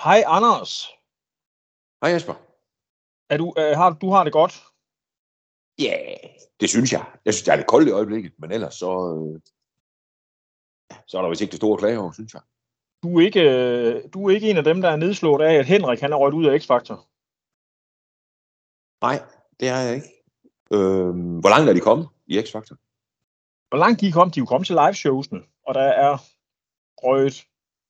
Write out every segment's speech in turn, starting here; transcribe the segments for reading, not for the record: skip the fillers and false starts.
Hej Anders. Hej Jesper. Du har det godt? Ja, det synes jeg. Jeg synes, det er lidt koldt i øjeblikket, men ellers så er der vist ikke det store klage over, synes jeg. Du er ikke en af dem, der er nedslået af, at Henrik han er røget ud af X-Factor? Nej, det er jeg ikke. Hvor langt er de kommet i X-Factor? Hvor langt de er kommet? De er jo kommet til liveshowsene, og der er røget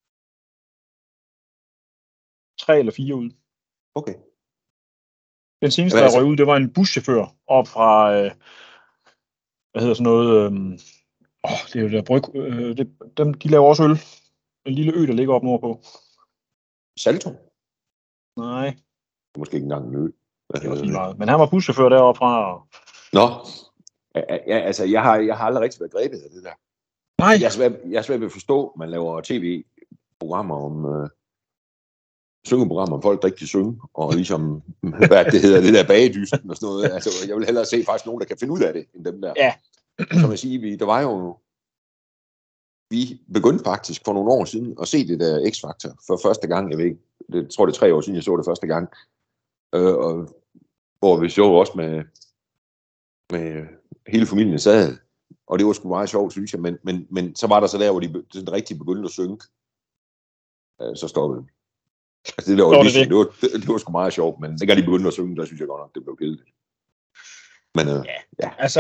3 eller 4 ud. Okay. Den seneste, der røg ud, det var en buschauffør op fra, hvad hedder sådan noget, det er jo der bryg, de laver også øl. En lille ø, der ligger op nordpå. Salto? Nej. Det er måske ikke engang en ø. Det var lige meget. Men han var buschauffør deroppe fra. Nå. Ja, altså, jeg har aldrig rigtig været grebet af det der. Nej. Jeg er svært ved at forstå, man laver tv-programmer om syngeprogrammer om folk, der ikke kan synge, og ligesom, hvad det hedder, det der bagedysten og sådan noget. Altså, jeg vil hellere se faktisk nogen, der kan finde ud af det, end dem der. Ja. Som jeg siger, vi begyndte faktisk for nogle år siden at se det der X-Factor for første gang. Jeg tror det er 3 år siden, jeg så det første gang. Og hvor vi så også med hele familien sad. Og det var sgu meget sjovt, synes jeg. Men så var der så der, hvor de rigtig begyndte at synge. Så stoppede det. Altså det der audition, det var sgu meget sjovt, men dengang de begyndte at synge, der synes jeg godt nok, det blev kedeligt. Men ja. Altså,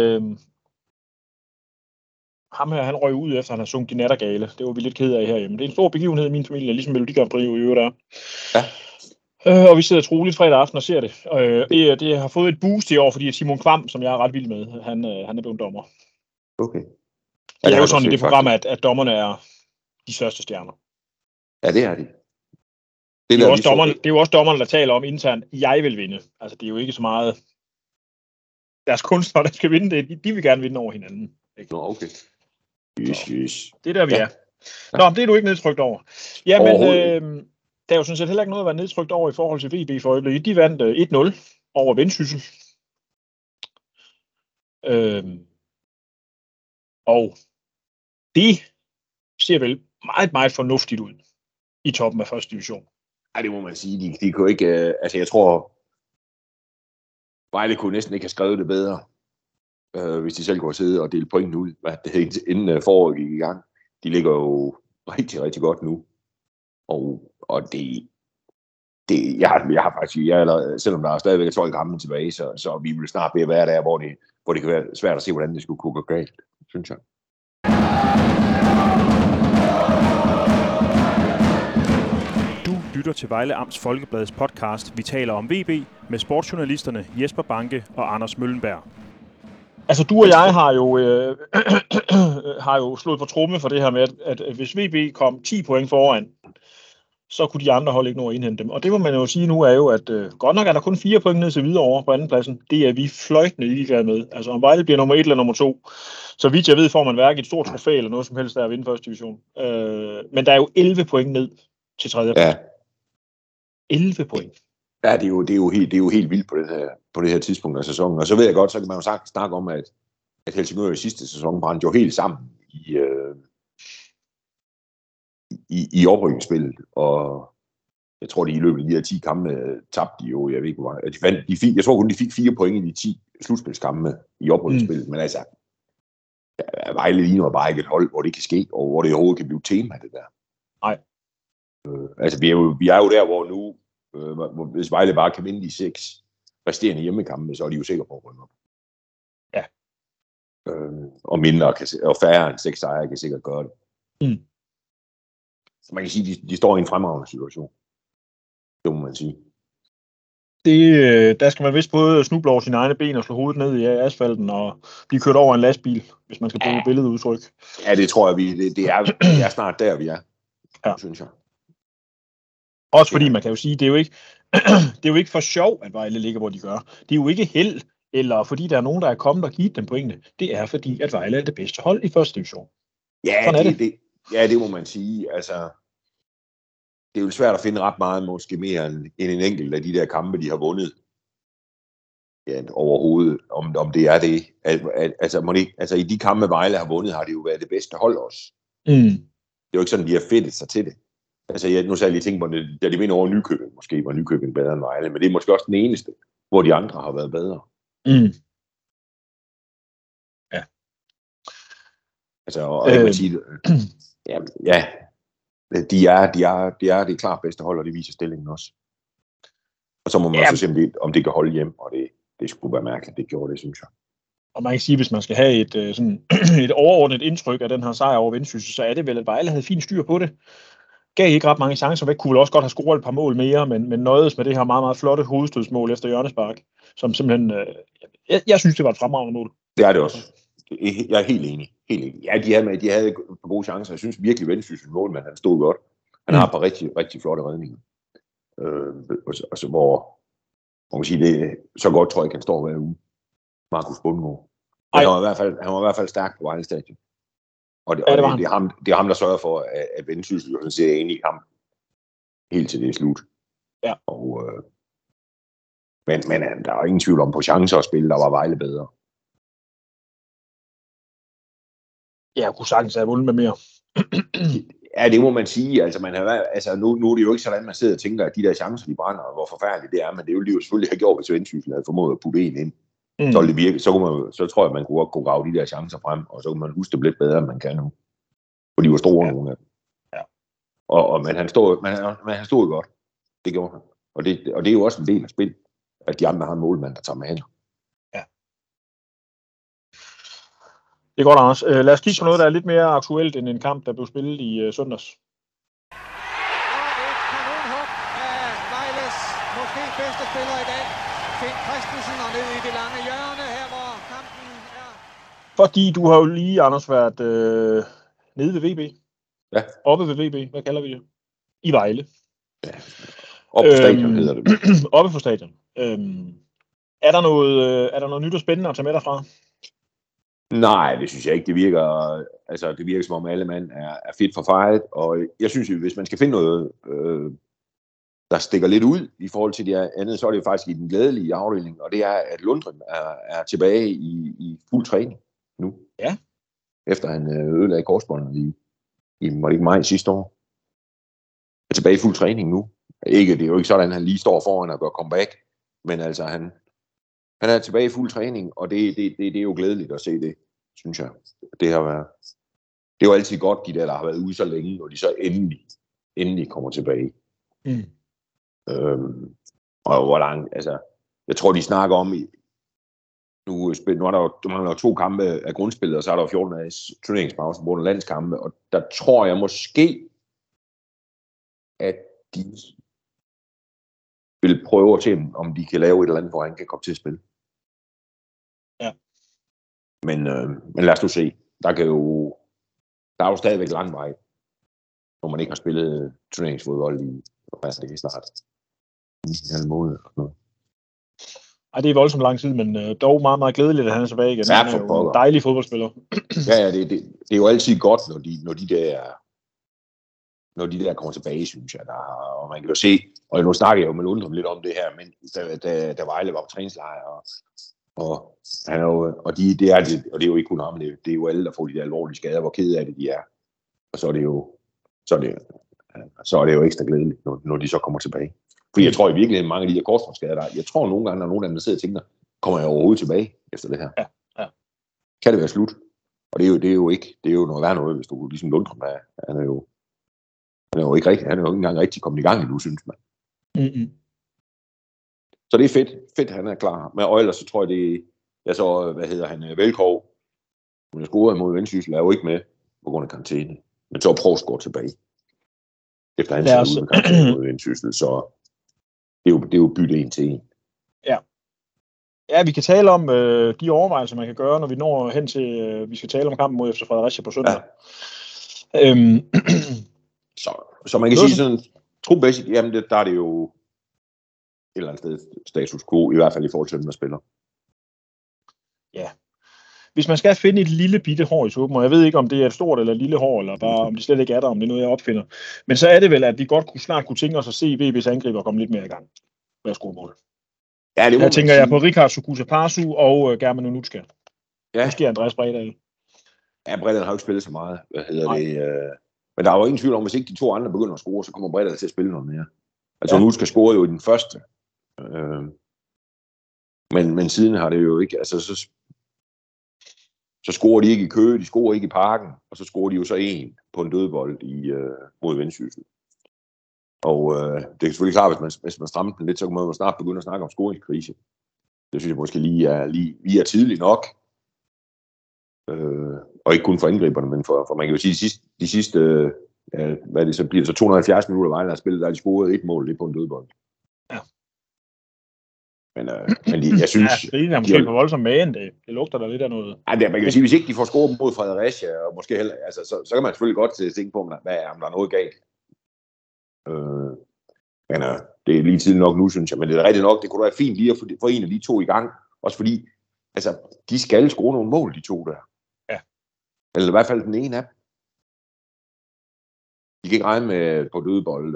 ham her, han røg ud efter, han har sunget De Nattergale. Det var vi lidt ked af herhjemme. Det er en stor begivenhed i min familie, ligesom Melodi Grand Prix i øvrigt er. Ja. Og vi sidder troligt fredag aften og ser det. Det har fået et boost i år, fordi Simon Kvam, som jeg er ret vild med, han er blevet dommer. Okay. Ja, det er jo sådan i det program, at dommerne er de største stjerner. Ja, det er de. Det er jo også dommerne, der taler om internt, jeg vil vinde. Altså, det er jo ikke så meget deres kunstnere, der skal vinde det. De vil gerne vinde over hinanden. Ikke? Nå, okay. Yes. Det er der, vi er. Nå, det er du ikke nedtrykt over. Jamen, der er jo sådan set heller ikke noget at være nedtrykt over i forhold til VB for øjeblikket. De vandt 1-0 over Vendsyssel. Og det ser vel meget, meget fornuftigt ud i toppen af første division. Ej, det må man sige. De kunne ikke... altså, jeg tror... Vejle kunne næsten ikke have skrevet det bedre, hvis de selv kunne sidde og dele pointen ud, inden foråret gik i gang. De ligger jo rigtig, rigtig godt nu. Og det jeg har faktisk... selvom der er stadigvæk 12 kampe tilbage, så vi vil snart ved at være der, hvor det kan være svært at se, hvordan det skulle kunne gå galt, synes jeg. Lytter til Vejle Amts Folkebladets podcast. Vi taler om VB med sportsjournalisterne Jesper Banke og Anders Møllenberg. Altså du og jeg har jo slået på tromme for det her med, at hvis VB kom 10 point foran, så kunne de andre hold ikke nå at indhente dem. Og det må man jo sige nu er jo, at godt nok er der kun 4 point ned til Hvidovre på andenpladsen. Det er vi fløjtende ligeglade med. Altså om Vejle bliver nummer 1 eller nummer 2, så vidt jeg ved, får man hverken et stort trofæ eller noget som helst der at vinde første division. Men der er jo 11 point ned til tredje plads. Ja. 11 point. Ja, det er jo helt vildt på det her tidspunkt af sæsonen. Og så ved jeg godt, så kan man jo sagtens snakke om, at Helsingør i sidste sæson brændte jo helt sammen i oprykningsspillet. Og jeg tror, de i løbet af de her 10 kampe tabte de jo, jeg ved ikke, hvor meget. Jeg tror kun, de fik 4 point i de 10 slutspilskampe i oprykningsspillet. Men altså, Vejle ligner bare ikke et hold, hvor det kan ske, og hvor det overhovedet kan blive tema, det der. Nej. Altså, vi er jo der, hvor nu, hvis Vejle bare kan vinde de 6 resterende hjemmekampe, så er de jo sikre på at rykke op. Ja. Og færre end 6 sejre kan sikkert gøre det. Mm. Så man kan sige, at de står i en fremragende situation. Det må man sige. Der skal man vist både snuble over sine egne ben og slå hovedet ned i asfalten og blive kørt over en lastbil, hvis man skal bruge billedudtryk. Ja, det tror jeg, det er snart der, vi er, synes jeg. Også fordi man kan jo sige, det er jo ikke for sjov, at Vejle ligger, hvor de gør. Det er jo ikke held, eller fordi der er nogen, der er kommet og givet dem pointene. Det er fordi, at Vejle er det bedste hold i første division. Ja, det må man sige. Altså, det er jo svært at finde ret meget, måske mere end en enkelt af de der kampe, de har vundet. Ja, overhovedet, om det er det. Altså, i de kampe, Vejle har vundet, har det jo været det bedste hold også. Mm. Det er jo ikke sådan, de har fedtet sig til det. Altså, nu sagde jeg lige tænkt på, da de vinder over Nykøbing, måske var Nykøbing bedre end Vejle, men det er måske også den eneste, hvor de andre har været bedre. Mm. Ja. Altså, og jeg vil sige, de er det klart bedste hold, og det viser stillingen også. Og så må man så se, om det kan holde hjem, og det skulle være mærkeligt, det gjorde det, synes jeg. Og man kan sige, hvis man skal have et overordnet indtryk af den her sejr over Vendsyssel, så er det vel, at Vejle havde fint styr på det. Gav ikke ret mange chancer væk, kunne vel også godt have scoret et par mål mere, men nøjedes med det her meget, meget flotte hovedstødsmål efter hjørnespark, som simpelthen, jeg synes, det var et fremragende mål. Det er det også. Jeg er helt enig. Ja, de havde gode chancer. Jeg synes virkelig, Vendsyssel målmand, han stod godt. Han har et par rigtig, rigtig flotte redninger. Altså, hvor man kan sige, det så godt, tror jeg ikke, han står hver uge. Markus Bundgaard. Han var i hvert fald stærk på Vejle Stadion. Og det er ham, der sørger for, at Vendsyssel jo ser ind i kamp helt til det er slut. Ja. Og, men der er ingen tvivl om, på chancer at spille, der var Vejle bedre. Ja, jeg kunne sagtens have vundet med mere. Ja, det må man sige. Altså, nu er det jo ikke sådan, man sidder og tænker, at de der chancer, de brænder, og hvor forfærdeligt det er, men det ville de jo selvfølgelig have gjort, hvis Vendsyssel havde formået at putte en ind. Så ville det virke. Så tror jeg, man kunne godt kunne grave de der chancer frem, og så kunne man huske det lidt bedre, end man kan nu. For de var store, nogle af dem. Ja. Men han stod godt. Det gjorde han. Og det er jo også en del af spil, at de andre har en målmand, der tager med hænder. Ja. Det er godt, Anders. Lad os kigge på noget, der er lidt mere aktuelt end en kamp, der blev spillet i søndags. Og et kanonhug af Vejles måske bedste spiller i dag, Finn Christensen, og ned i det lange hjørne her, hvor kampen er. Fordi du har jo lige, Anders, været nede ved VB. Ja. Oppe ved VB, hvad kalder vi det? I Vejle. Ja. Oppe på stadion hedder det. Oppe på stadion. Er der noget nyt og spændende at tage med derfra? Nej, det synes jeg ikke. Det virker som om alle mand er fit for fight, og jeg synes jo, hvis man skal finde noget, der stikker lidt ud i forhold til det andet, så er det jo faktisk i den glædelige afdeling, og det er, at Lundgren er tilbage i fuld træning nu. Ja. Efter han ødelagde korsbåndet i maj sidste år. Er tilbage i fuld træning nu. Det er jo ikke sådan, at han lige står foran og gør comeback, men altså han er tilbage i fuld træning, og det er jo glædeligt at se det, synes jeg. Det er jo altid godt, de der har været ude så længe, når de så endelig kommer tilbage. Mm. Og hvor langt, altså, jeg tror, de snakker om, nu er der jo 2 kampe af grundspillet, og så er der jo 14 dages turneringspause på landskampe, og der tror jeg måske, at de vil prøve at se, om de kan lave et eller andet, hvor han kan komme til at spille. Ja. Men lad os nu se. Der er jo stadigvæk lang vej, når man ikke har spillet turneringsfodbold i snart en måned. Ej, det er voldsomt lang tid, men dog meget, meget glædeligt, at han er tilbage igen. Han er jo en dejlig fodboldspiller. Ja, det er jo altid godt, når de der kommer tilbage, synes jeg. Og man kan jo se, og nu snakker jeg jo med Lundgren lidt om det her, men da Vejle var på træningslejr, og det er jo ikke kun ham, det er jo alle, der får de der alvorlige skader, hvor kede af det de er. Og så er det jo ekstra glædeligt, når de så kommer tilbage. Fordi jeg tror i virkeligheden, mange af de her korsbåndsskader, jeg tror nogle gange, når nogle af dem der sidder og tænker, kommer jeg overhovedet tilbage efter det her? Ja. Kan det være slut? Og det er jo noget værd noget, hvis du ligesom Lundgren er. Han er jo ikke engang rigtig kommet i gang endnu, synes man. Mm-hmm. Så det er fedt, han er klar. Men ellers så tror jeg, Velkov, hun er scoret mod Vendsyssel, er jo ikke med på grund af karantæne. Men så er Provsgaard tilbage. Efter han sidder ude med karantæne mod Vendsyssel, så det er jo bytte 1 til 1. Ja. Ja, vi kan tale om de overvejelser, man kan gøre, når vi når hen til, vi skal tale om kampen mod FC Fredericia på søndag. Ja. Så man kan sige sådan, truppmæssigt, jamen der er det jo et eller andet sted status quo, i hvert fald i forhold til dem, der spiller. Ja. Hvis man skal finde et lille bitte hår i suppen, og jeg ved ikke, om det er et stort eller et lille hår, eller bare om det slet ikke er der, om det er noget, jeg opfinder. Men så er det vel, at vi godt snart kunne tænke os at se VB's angriber komme lidt mere i gang. Værsgo, mål. Ja, det jeg tænker jeg på Rikard Sukusa-Parsu og German Onutska. Ja. Måske Andreas Bredal. Ja, Bredal har jo ikke spillet så meget. Men der er jo ingen tvivl om, hvis ikke de to andre begynder at score, så kommer Breda til at spille noget mere. Altså nu skal score jo i den første. Men siden har det jo ikke, altså så scorer de ikke i Køge, de scorer ikke i Parken, og så scorer de jo så en på en dødbold mod Vendsyssel. Og det er selvfølgelig klart, hvis man strammer den lidt, så kan man jo snart begynde at snakke om scoringskrise. Det synes jeg måske lige er tidligt nok. Og ikke kun for angriberne, men for man kan jo sige, de sidste hvad det så bliver, så 270 minutter Vejle har spillet, der har de scoret et mål, det på en dødbold. Ja. Men jeg synes... Ja, det er måske for voldsomt magen, det lugter der lidt af noget. Ja, man kan sige, hvis ikke de får scoret mod Fredericia, og måske heller, altså, så kan man selvfølgelig godt tænke på, om der er noget galt. Men det er lige tiden nok nu, synes jeg. Men det er rigtigt nok, det kunne være fint lige at få en af de to i gang. Også fordi, altså, de skal score nogle mål, de to der. Ja. Eller i hvert fald den ene af dem. De kan ikke regne med på dødebold,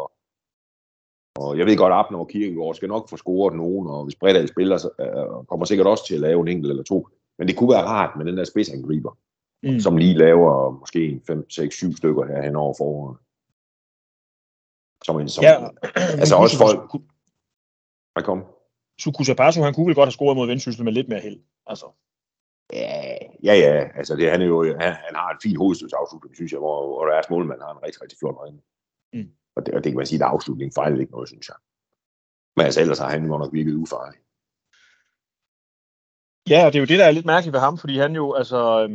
og jeg ved godt, Abner og Kirkegaard skal nok få scoret nogen, og hvis Bredal spiller, så kommer sikkert også til at lave en enkelt eller to. Men det kunne være rart med den der spidsangriber, som lige laver måske 5, 6, 7 stykker her hen over foråret. Altså også folk... Hvad kom? Sukusa Pasu, han kunne vel godt have scoret mod Vendsyssel med lidt mere held. Altså. Ja. Altså han har et fint hovedstødsafslutning, synes jeg, hvor deres målmand har en rigtig, rigtig flot øjne. Og det kan man sige, at afslutningen fejler ikke noget, synes jeg. Men altså ellers har han jo nok virket ufarlig. Ja, og det er jo det, der er lidt mærkeligt ved ham, fordi han jo, altså...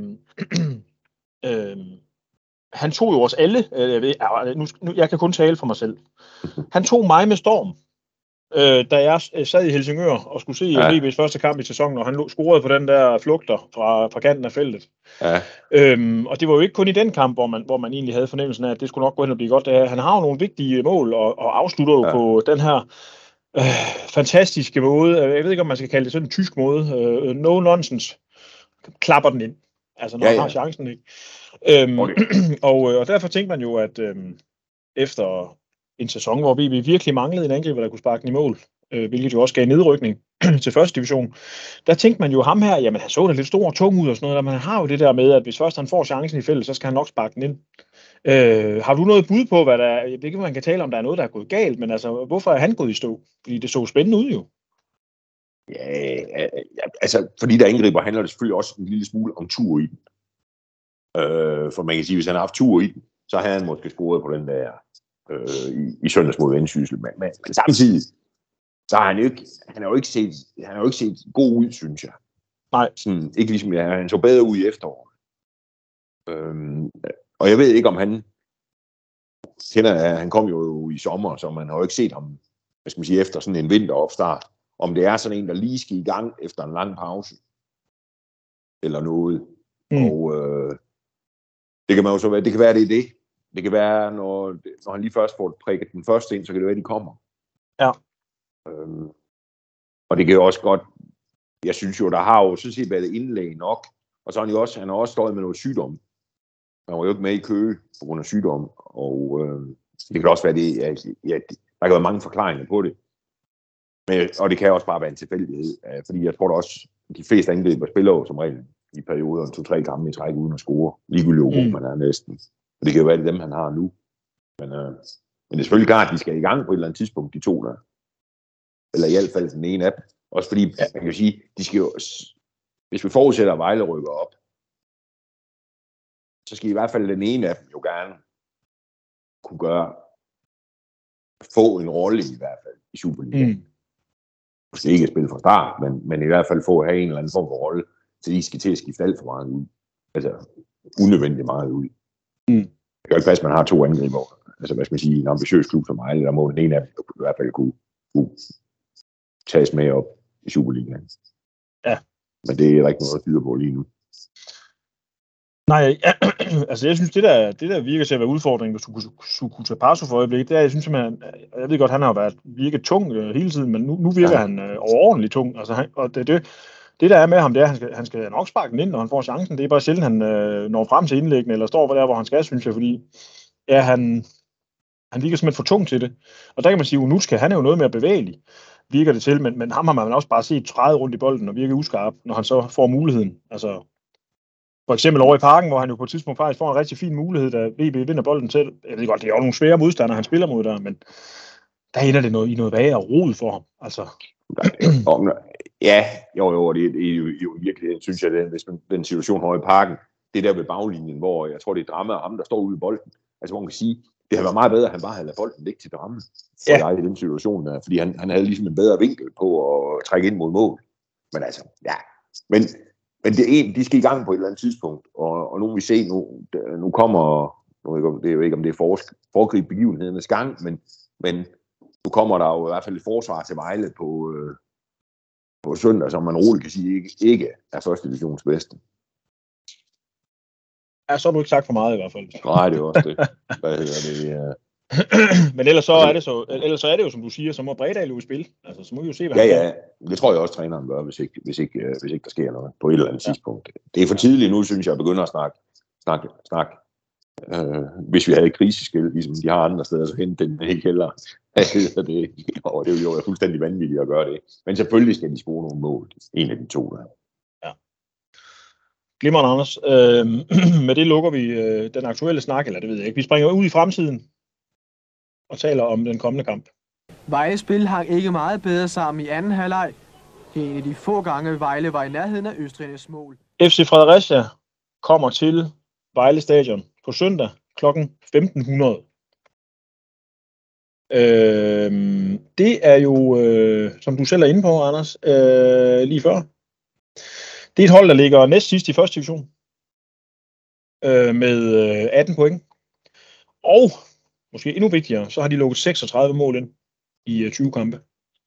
han tog jo os alle, jeg kan kun tale for mig selv. Han tog mig med storm, da jeg sad i Helsingør og skulle se VB's første kamp i sæsonen, og han scorede på den der flugter fra kanten af feltet. Ja. Og det var jo ikke kun i den kamp, hvor man egentlig havde fornemmelsen af, at det skulle nok gå hen og blive godt. Han har jo nogle vigtige mål, og afslutter jo på den her fantastiske måde. Jeg ved ikke, om man skal kalde det sådan en tysk måde. No nonsense. Klapper den ind. Altså, når han har chancen, ikke? Og derfor tænkte man jo, at efter en sæson, hvor vi virkelig manglede en angriber, der kunne sparke den i mål, hvilket jo også gav nedrykning til første division, der tænkte man jo ham her, jamen han så da lidt stor og tung ud og sådan noget, men han har jo det der med, at hvis først han får chancen i feltet, så skal han nok sparke den ind. Har du noget bud på, hvad der er? Jeg ved ikke, man kan tale om, der er noget, der er gået galt, men altså, hvorfor er han gået i stå? Fordi det så spændende ud jo. Ja, altså, fordi der angriber, handler det selvfølgelig også en lille smule om tur i den. For man kan sige, hvis han har haft tur i den, så havde han måske scoret på den der i søndags mod Vendsyssel. Men samtidig, så har han jo ikke set god ud, synes jeg. Nej. Sådan, ikke ligesom han så bedre ud i efteråret. Og jeg ved ikke, om han kom jo i sommer, så man har jo ikke set ham, hvad skal man sige, efter sådan en vinteropstart. Om det er sådan en, der lige skal i gang efter en lang pause. Eller noget. Og det kan man jo så være, det kan være, det er det. Det kan være, når han lige først får prikket den første ind, så kan det være, de kommer. Ja. Og det kan jo også godt, jeg synes jo, der har jo sådan set været indlæg nok, og så har han også stået med noget sygdom. Han var jo ikke med i Køge på grund af sygdom, og det kan også være det, der kan være mange forklaringer på det. Men, og det kan også bare være en tilfældighed, fordi jeg tror da også, de fleste angriber spiller jo som regel i perioder 2-3 kampe i træk uden at score. Ligegyldigt man er næsten. Og det kan jo være, det dem, han har nu. Men det er selvfølgelig klart, at de skal i gang på et eller andet tidspunkt, de to der. Eller i hvert fald den ene af dem. Også fordi, man kan jo sige, de skal jo, hvis vi forudsætter, at Vejle rykker op, så skal i hvert fald den ene af dem jo gerne kunne få en rolle i hvert fald i Superligaen. Måske ikke spille fra start, men i hvert fald have en eller anden form for rolle, så de skal til at skifte alt for meget ud. Altså, unødvendigt meget ud. Det kan ikke passe, at man har 2 angriber. Altså, hvad skal man sige, en ambitiøs klub som mig, der må den ene af dem i hvert fald kunne tages med op i Superligaen. Ja. Men det er ikke noget, der tyder på lige nu. Nej, altså jeg synes, det der virker til at være udfordringen med Sukuta Pasu for øjeblikket, det er, jeg synes simpelthen, jeg ved godt, han har virket tung hele tiden, men nu virker han overordentligt tung. Altså, og det der er med ham, det er, at han skal nok sparke den ind, når han får chancen. Det er bare sjældent, han når frem til indlæggene, eller står der, hvor han skal, synes jeg, fordi han virker simpelthen for tung til det. Og der kan man sige, at Unutska, han er jo noget mere bevægelig, virker det til, men ham har man også bare set træde rundt i bolden og virke uskarp, når han så får muligheden. Altså, For eksempel over i Parken, hvor han jo på et tidspunkt faktisk får en rigtig fin mulighed, da VB vinder bolden til. Jeg ved godt, det er jo nogle svære modstandere, han spiller mod der, men der ender det noget værre rod for ham. Altså. Ja, jo, det er jo virkelig, synes jeg, hvis den situation over i Parken, det der ved baglinjen, hvor jeg tror, det er Drama og ham, der står ude i bolden. Altså, hvor man kan sige, det havde været meget bedre, at han bare havde ladet bolden ligge til Drama for i den situation der, fordi han havde ligesom en bedre vinkel på at trække ind mod mål. Men altså, ja. Men de skal i gang på et eller andet tidspunkt, og nu vil vi se, nu kommer, det er jo ikke, om det er foregrib begivenhedernes gang, men nu kommer der jo i hvert fald et forsvar til Vejle på søndag, som man roligt kan sige ikke er første divisions bedste. Ja, så har du ikke sagt for meget i hvert fald. Nej, det er også det. Hvad hedder det? Men ellers så er det jo, som du siger, så må Bredal jo i spil. Altså, så må vi jo se, hvad han gør. Det tror jeg også, træneren gør, hvis ikke der sker noget på et eller andet tidspunkt. Det er for tidligt nu, synes jeg, at begynde at snakke. Hvis vi havde et kriseskil, ligesom de har andre steder, så hente den ikke heller. Og det er jo fuldstændig vanvittigt at gøre det. Men selvfølgelig skal de score nogle mål. En af de to der. Ja. Glimrende, Anders. Med det lukker vi den aktuelle snak, eller det ved jeg ikke. Vi springer ud i fremtiden og taler om den kommende kamp. Vejles spil hang ikke meget bedre sammen i anden halvleg. Det er en af de få gange, Vejle var i nærheden af Østrigernes mål. FC Fredericia kommer til Vejle Stadion på søndag kl. 1500. Det er jo, som du selv er inde på, Anders, lige før. Det er et hold, der ligger næst sidst i første division med 18 point. Og, måske endnu vigtigere, så har de lukket 36 mål ind i 20 kampe.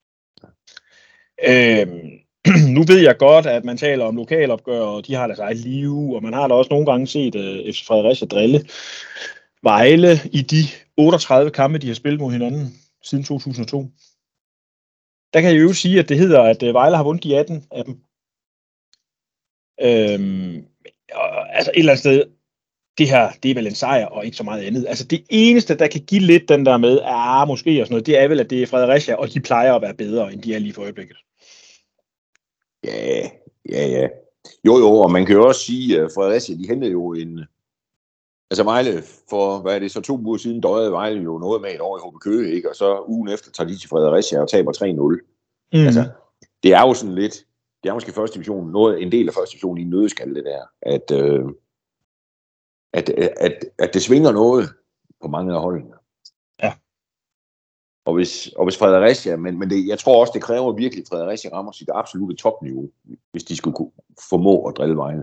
Nu ved jeg godt, at man taler om lokalopgør, og de har deres eget liv, og man har da også nogle gange set FC Fredericia drille Vejle i de 38 kampe, de har spillet mod hinanden siden 2002. Der kan jeg jo sige, at det hedder, at Vejle har vundet de 18 af dem. Altså et eller andet sted, det her, det er vel en sejr og ikke så meget andet. Altså det eneste, der kan give lidt den der med, måske og sådan noget, det er vel, at det er Fredericia, og de plejer at være bedre, end de er lige for øjeblikket. Ja. Jo, og man kan jo også sige, at Fredericia, de hentede jo altså Vejle, for hvad er det, så 2 uger siden døjede Vejle jo noget med et år i HB Køge, ikke? Og så ugen efter tager de til Fredericia og taber 3-0. Altså, det er jo sådan lidt, det er måske første division, en del af første division i en nødskal, det der, at det svinger noget på mange af holdene. Ja. Og hvis Fredericia, men jeg tror også, det kræver virkelig, at Fredericia rammer sit absolutte topniveau, hvis de skulle kunne formå at drille Vejle.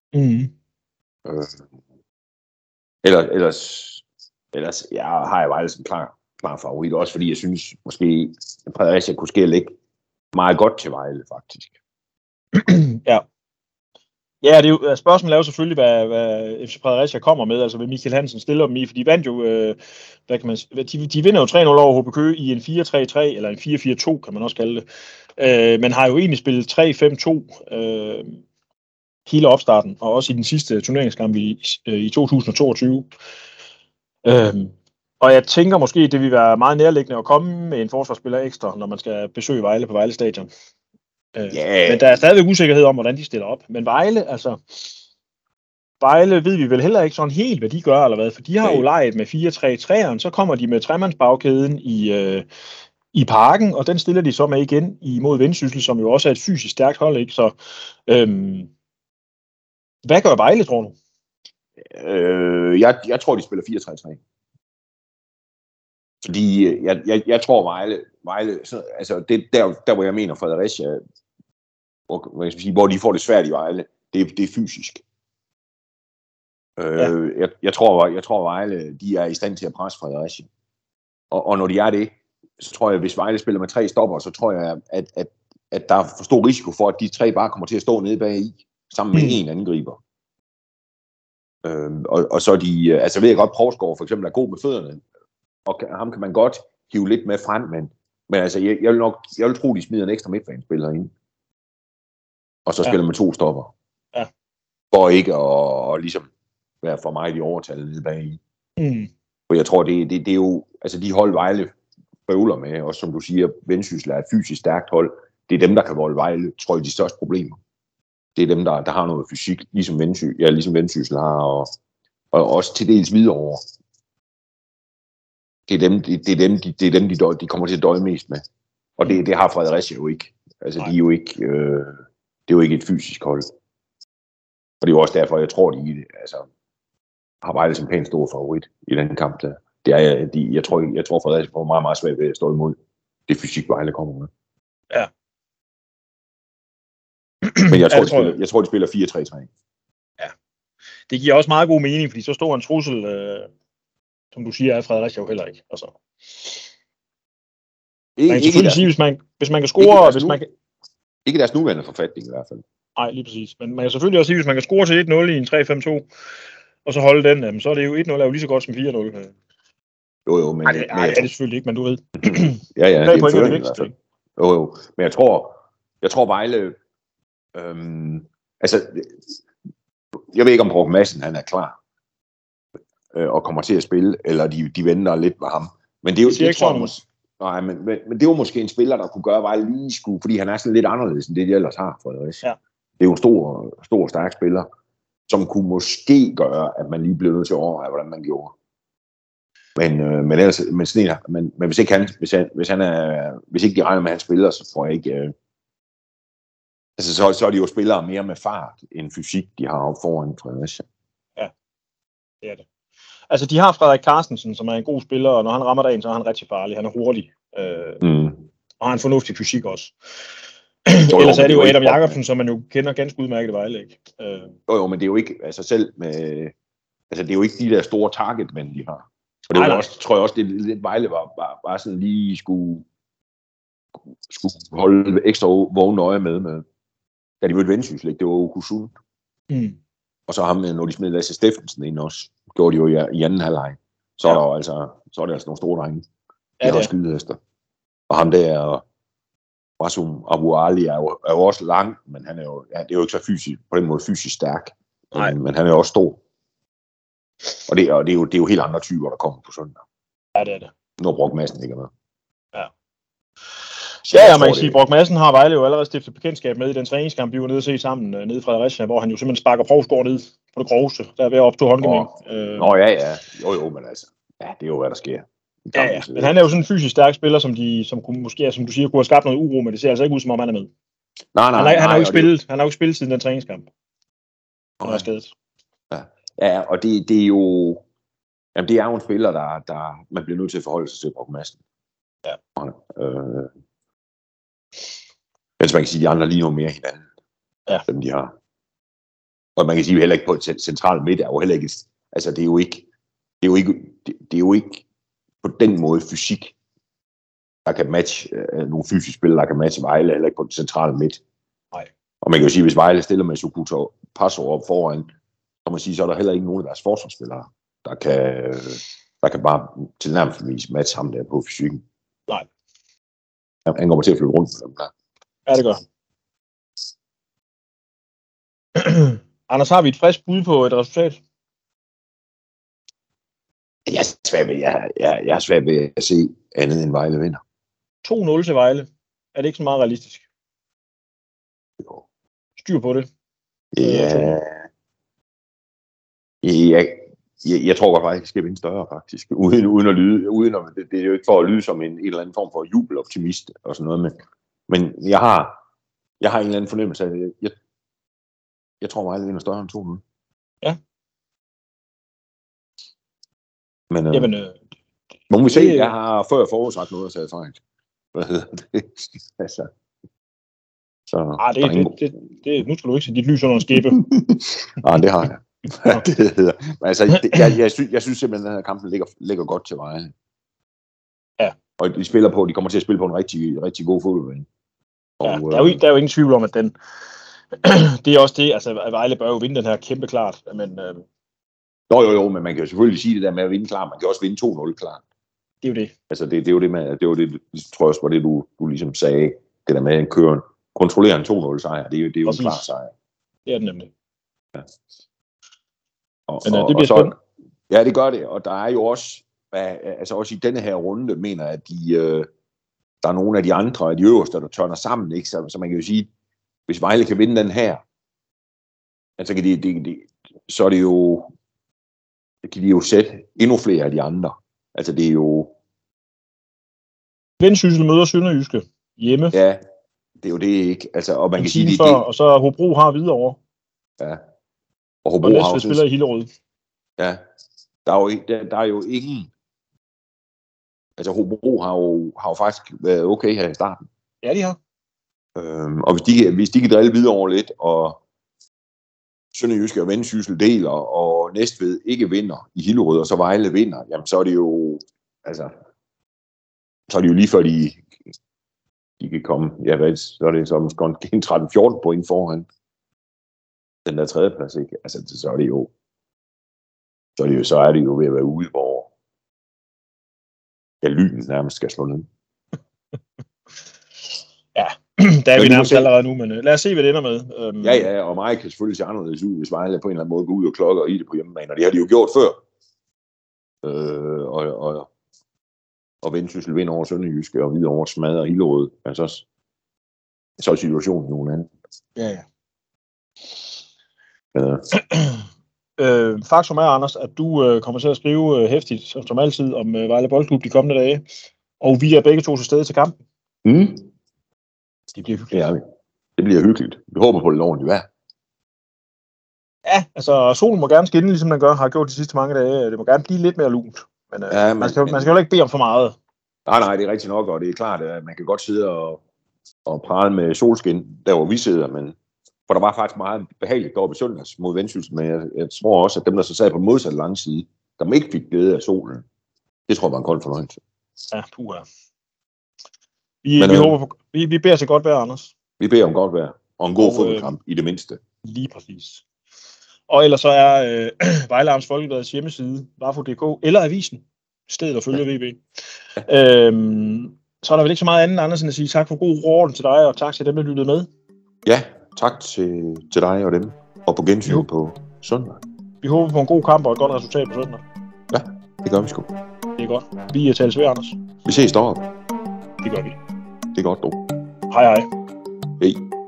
Ellers har jeg Vejle som klar favorit, også fordi jeg synes måske, at Fredericia kunne ske ligge meget godt til Vejle, faktisk. Ja. Ja, det er jo, spørgsmålet er jo selvfølgelig, hvad FC Fredericia kommer med, altså hvad Michael Hansen stiller dem i, for de vandt jo, de vinder jo 3-0 over HB Køge i en 4-3-3, eller en 4-4-2, kan man også kalde det, men har jo egentlig spillet 3-5-2 hele opstarten, og også i den sidste turneringskamp i 2022. Og jeg tænker måske, det vil være meget nærliggende at komme med en forsvarsspiller ekstra, når man skal besøge Vejle på Vejle Stadion. Men der er stadigvæk usikkerhed om, hvordan de stiller op. Men Vejle ved vi vel heller ikke sådan helt, hvad de gør, eller hvad, for de har jo leget med 4-3-3'eren, så kommer de med tremandsbagkæden i Parken, og den stiller de så med igen imod Vendsyssel, som jo også er et fysisk stærkt hold, ikke? Så hvad gør Vejle, tror du? Jeg tror, de spiller 4-3-3. Fordi jeg tror Vejle altså det der hvor jeg mener Fredericia, hvor de får det svært i Vejle, det er fysisk. Jeg tror Vejle, de er i stand til at presse Fredericia. Og når de er det, så tror jeg, hvis Vejle spiller med 3 stopper, så tror jeg, at der er for stor risiko for, at de 3 bare kommer til at stå nede bag i, sammen med en angriber. Og så altså ved jeg godt, Provsgaard for eksempel er god med fødderne, og ham kan man godt hive lidt med frem, men altså, jeg vil tro, de smider en ekstra midtbanespiller ind. Og så spiller med 2 stopper. Ja. For ikke at ligesom være for meget i overtallet nede bagi. Og jeg tror, det er jo, altså de hold Vejle bøvler med, og som du siger, Vendsyssel er et fysisk stærkt hold. Det er dem, der kan volde Vejle, tror jeg, de største problemer. Det er dem, der har noget fysik, ligesom Vendsyssel har, og også til dels Hvidovre. Det er dem, de kommer til at døje mest med. Og det har Fredericia jo ikke. Altså, de er jo ikke, det er jo ikke et fysisk hold. Og det er jo også derfor, jeg tror, de har Vejle som pænt stor favorit i den kamp der. Det er, jeg tror Fredericia får meget, meget svært ved at stå imod det fysik, Vejle kommer med. Ja. Men jeg tror, de spiller 4-3-3. Ja. Det giver også meget god mening, fordi så stor en trussel, som du siger, er Fredericia jo heller ikke. Altså. Man kan selvfølgelig sige, hvis man kan score... Ikke deres nuværende forfatning i hvert fald. Nej, lige præcis. Men man kan selvfølgelig også sige, hvis man kan score til 1-0 i en 3-5-2, og så holde den, så er det jo 1-0 er jo lige så godt som 4-0. Jo, men... Nej, det er det selvfølgelig ikke, men du ved. Ja, det er en føring i hvert fald. Jo, men jeg tror Vejle... jeg ved ikke, om Brock Madsen han er klar og kommer til at spille, eller de venter lidt med ham. Men det er jo, det tror jeg måske... Nej, men det var måske en spiller, der kunne gøre Vejle lige skulle, fordi han er sådan lidt anderledes, end det de ellers har, Fredericia. Ja. Det er jo en stor, stærk spiller, som kunne måske gøre, at man lige blev nødt til at overveje, hvordan man gjorde. Men hvis ikke hvis ikke de regner med, at han spiller, så tror jeg ikke... så er de jo spillere mere med fart end fysik, de har op foran Fredericia. Ja, det er det. Altså, de har Frederik Carstensen, som er en god spiller, og når han rammer dagen, så er han rigtig farlig. Han er hurtig. Og har en fornuftig fysik også. Ellers er det jo Adam Jacobsen, som man jo kender ganske udmærket i Vejle, ikke? Jo, men det er jo ikke, altså selv med... Altså, det er jo ikke de der store targetmænd, de har. Og det var også, tror jeg også, det lidt Vejle var sådan lige skulle holde ekstra vågne øje med. Da de mødte Vendsyssel, det var jo Kusun. Og så ham, når de smed Lasse Steffensen ind også, gjorde de jo i anden halvleg. Så er det altså nogle store drenge. De har skydehester. Og ham der, Rasum Abu Ali, er jo også lang, men han er jo, det er jo ikke så fysisk, på den måde fysisk stærk. Men han er jo også stor. Og det er jo helt andre typer, der kommer på søndag. Ja, det er det. Når Brock Madsen ikke er med. Ja. Ja, man kan sige, Brock Madsen har Vejle jo allerede stiftet bekendtskab med i den træningskamp, vi var nede og se sammen nede i Fredericia, hvor han jo simpelthen sparker Provsgaard ned på det groveste, der er ved at opstå håndgemæng. Ja. Jo, men altså, ja, det er jo, hvad der sker. Ja, men han er jo sådan en fysisk stærk spiller, som kunne, måske, som du siger, kunne have skabt noget uro, men det ser altså ikke ud, som om han er med. Nej. Han har jo ikke spillet siden den træningskamp. Han er skadet. Ja, og det er jo... Jamen, det er jo en spiller, der man bliver nødt til at forholde sig til Brock Madsen. Ja. Ellers man kan sige, at de andre ligner mere hinanden, dem de har. Og man kan sige, at heller ikke på et centralt midt er jo heller ikke... Altså, det er jo ikke på den måde fysik, der kan matche nogle fysiske spillere, der kan matche Vejle, heller ikke på det centrale midt. Nej. Og man kan jo sige, at hvis Vejle stiller med Sukuto Passo op foran, så man sige, så er der heller ikke nogen af deres forsvarsspillere, der kan bare tilnærmelsesvis matche ham der på fysikken. Nej. Han kommer til at flytte rundt på dem der. Ja, det gør han. Anders, har vi et frisk bud på et resultat? Jeg er svært ved at se andet end Vejle vinder. 2-0 til Vejle. Er det ikke så meget realistisk? Jo. Styr på det. Ja. Jeg tror godt, at jeg skal vinde større, faktisk. Uden at lyde, det er jo ikke for at lyde som en eller anden form for jubeloptimist og sådan noget, men jeg har en eller anden fornemmelse af, at jeg tror, at Vejle vinder større end 2-0. Ja. Men må vi se, jeg har før forudsagt noget at sige fejl. Hvad hedder det? Altså. Så, nu skal du ikke se dit lys under en skæbe. Nej, det har jeg. Det hedder. Altså, jeg synes simpelthen, at den her kampen ligger godt til Vejle. Ja. Og de kommer til at spille på en rigtig, rigtig god fodboldbane. Ja, der er jo ingen tvivl om, at den... det er også det, altså at Vejle bør jo vinde den her kæmpe klart, men... Jo, men man kan jo selvfølgelig sige det der med at vinde klart. Man kan også vinde 2-0 klart. Det er jo det. Altså, det er jo det med... Det var det, tror jeg også, var det, du ligesom sagde. Det der med at kontrollere en 2-0 sejr. Det er jo en klar sejr. Det er det nemlig. Ja. Men det bliver spændende. Ja, det gør det. Og der er jo også... Altså også i denne her runde, mener at der er nogle af de andre af de øverste, der tørner sammen. Ikke? Så man kan jo sige, hvis Vejle kan vinde den her, Altså så er det jo, kan de jo sætte endnu flere af de andre. Altså det er jo... Vendsyssel møder Sønderjyske hjemme. Ja, det er jo det ikke. Altså, og man kan sige, før, og så Hobro har Hvidovre. Ja. Og Hobro og har også... spiller i Hillerød. Ja, der er jo ingen... Altså Hobro har jo faktisk været okay her i starten. Ja, de har. Og hvis de kan drille Hvidovre lidt, og Sønderjyske og Vendsyssel deler, og Næstved ikke vinder i Hillerød, og så Vejle vinder, jamen så er det jo... Altså... Så er det jo lige før de kan komme, så er det som en 13-14 point foran den der tredjeplads, ikke? Altså, så er det jo ved at være ude, hvor lyden nærmest skal slå ned. Ja, der er vi nærmest allerede nu, men lad os se, hvad det ender med. Ja, og mig kan selvfølgelig se anderledes ud, hvis Vejle på en eller anden måde går ud og klokker i det på hjemmebane, og det har de jo gjort før. Og Vendsyssel vinder over Sønderjyske, og Hvidovre smadrer Hillerød. Altså, så er situationen nogen anden. Ja. Faktum er, Anders, at du kommer til at skrive hæftigt, som altid, om Vejle Boldklub de kommende dage. Og vi er begge to til stede til kampen. Det bliver hyggeligt. Ja, det bliver hyggeligt. Vi håber på det ordentligt vejr. Ja, altså solen må gerne skinne, ligesom den har gjort de sidste mange dage. Det må gerne blive lidt mere lunt. Men, man skal jo ikke bede om for meget. Nej, det er rigtigt nok, og det er klart, at man kan godt sidde og prale med solskin, der hvor vi sidder, men for der var faktisk meget behageligt deroppe i søndags mod Vendsyssel, men jeg tror også, at dem, der så sad på modsatte lange side, der ikke fik glæde af solen, det tror jeg var en kold fornøjelse. Ja, puha. Vi beder til godt vejr, Anders. Vi beder om godt vejr, og en god fodboldkamp i det mindste. Lige præcis. Og ellers så er Vejle Amts Folkebladets hjemmeside, Vafo.dk, eller Avisen, stedet at følge VB. Så er der vel ikke så meget andet, Anders, end at sige tak for god orden til dig, og tak til dem, der lyttede med. Ja, tak til dig og dem, og på gensyn på søndag. Vi håber på en god kamp og et godt resultat på søndag. Ja, det gør vi sgu. Det er godt. Vi tales ved, Anders. Vi ses deroppe. Det gør vi. Det er godt, du. Hej. Hej.